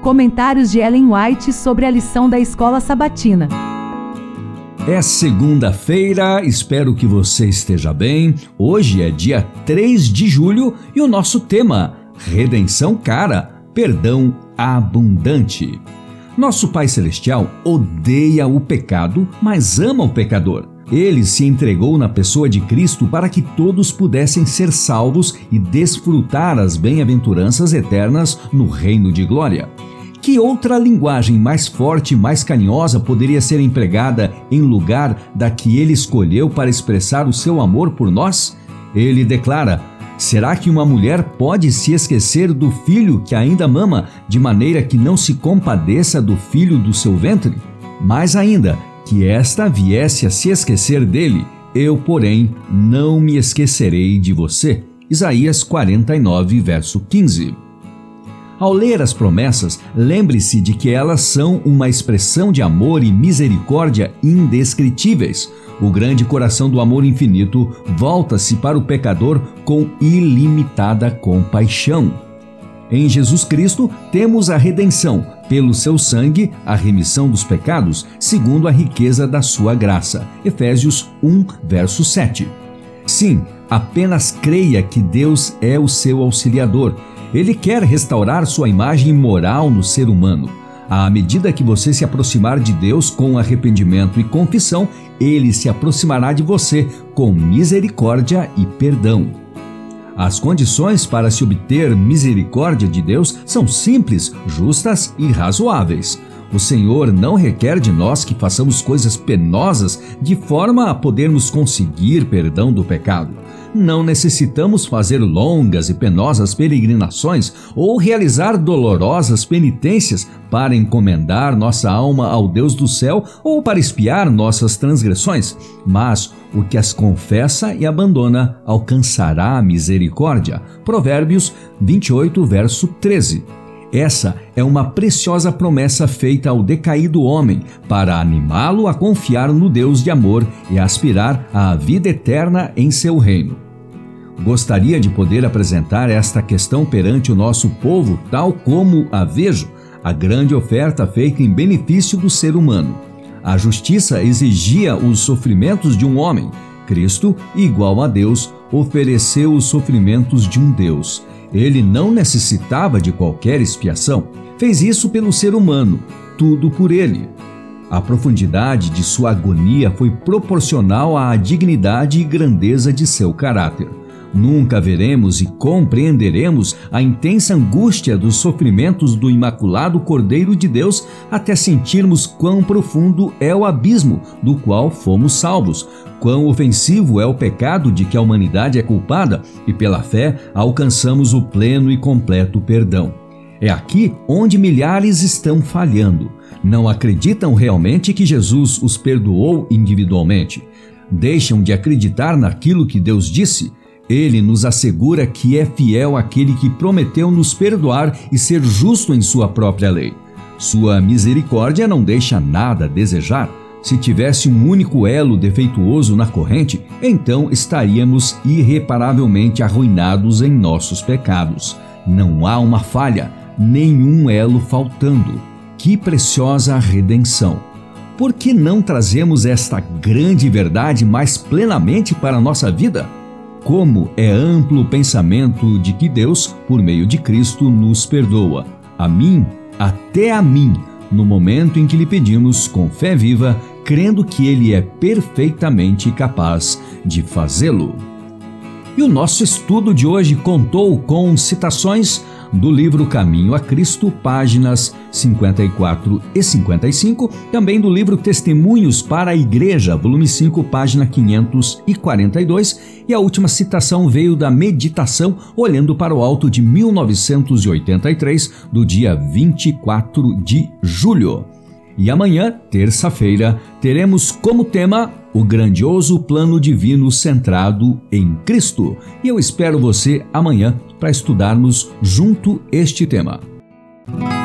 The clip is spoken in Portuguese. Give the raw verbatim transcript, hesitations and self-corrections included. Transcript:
Comentários de Ellen White sobre a lição da Escola Sabatina. É segunda-feira, espero que você esteja bem. Hoje é dia três de julho e o nosso tema, Redenção Cara, Perdão Abundante. Nosso Pai Celestial odeia o pecado, mas ama o pecador. Ele se entregou na pessoa de Cristo para que todos pudessem ser salvos e desfrutar as bem-aventuranças eternas no reino de glória. Que outra linguagem mais forte e mais carinhosa poderia ser empregada em lugar da que ele escolheu para expressar o seu amor por nós? Ele declara: será que uma mulher pode se esquecer do filho que ainda mama, de maneira que não se compadeça do filho do seu ventre? Mais ainda, que esta viesse a se esquecer dele, eu, porém, não me esquecerei de você. Isaías quarenta e nove, verso quinze. Ao ler as promessas, lembre-se de que elas são uma expressão de amor e misericórdia indescritíveis. O grande coração do amor infinito volta-se para o pecador com ilimitada compaixão. Em Jesus Cristo temos a redenção, pelo seu sangue, a remissão dos pecados, segundo a riqueza da sua graça. Efésios um, verso sete. Sim, apenas creia que Deus é o seu auxiliador. Ele quer restaurar sua imagem moral no ser humano. À medida que você se aproximar de Deus com arrependimento e confissão, Ele se aproximará de você com misericórdia e perdão. As condições para se obter misericórdia de Deus são simples, justas e razoáveis. O Senhor não requer de nós que façamos coisas penosas de forma a podermos conseguir perdão do pecado. Não necessitamos fazer longas e penosas peregrinações ou realizar dolorosas penitências para encomendar nossa alma ao Deus do céu ou para expiar nossas transgressões, mas o que as confessa e abandona alcançará a misericórdia. Provérbios vinte e oito, verso treze. Essa é uma preciosa promessa feita ao decaído homem para animá-lo a confiar no Deus de amor e aspirar à vida eterna em seu reino. Gostaria de poder apresentar esta questão perante o nosso povo tal como a vejo, a grande oferta feita em benefício do ser humano. A justiça exigia os sofrimentos de um homem. Cristo, igual a Deus, ofereceu os sofrimentos de um Deus. Ele não necessitava de qualquer expiação. Fez isso pelo ser humano, tudo por ele. A profundidade de sua agonia foi proporcional à dignidade e grandeza de seu caráter. Nunca veremos e compreenderemos a intensa angústia dos sofrimentos do Imaculado Cordeiro de Deus até sentirmos quão profundo é o abismo do qual fomos salvos, quão ofensivo é o pecado de que a humanidade é culpada e, pela fé, alcançamos o pleno e completo perdão. É aqui onde milhares estão falhando. Não acreditam realmente que Jesus os perdoou individualmente. Deixam de acreditar naquilo que Deus disse. Ele nos assegura que é fiel àquele que prometeu nos perdoar e ser justo em sua própria lei. Sua misericórdia não deixa nada a desejar. Se tivesse um único elo defeituoso na corrente, então estaríamos irreparavelmente arruinados em nossos pecados. Não há uma falha, nenhum elo faltando. Que preciosa redenção! Por que não trazemos esta grande verdade mais plenamente para a nossa vida? Como é amplo o pensamento de que Deus, por meio de Cristo, nos perdoa. A mim, até a mim, no momento em que lhe pedimos com fé viva, crendo que Ele é perfeitamente capaz de fazê-lo. E o nosso estudo de hoje contou com citações do livro Caminho a Cristo, páginas cinquenta e quatro e cinquenta e cinco, também do livro Testemunhos para a Igreja, volume cinco, página quinhentos e quarenta e dois, e a última citação veio da Meditação Olhando para o Alto de mil novecentos e oitenta e três, do dia vinte e quatro de julho. E amanhã, terça-feira, teremos como tema o grandioso plano divino centrado em Cristo. E eu espero você amanhã para estudarmos junto este tema.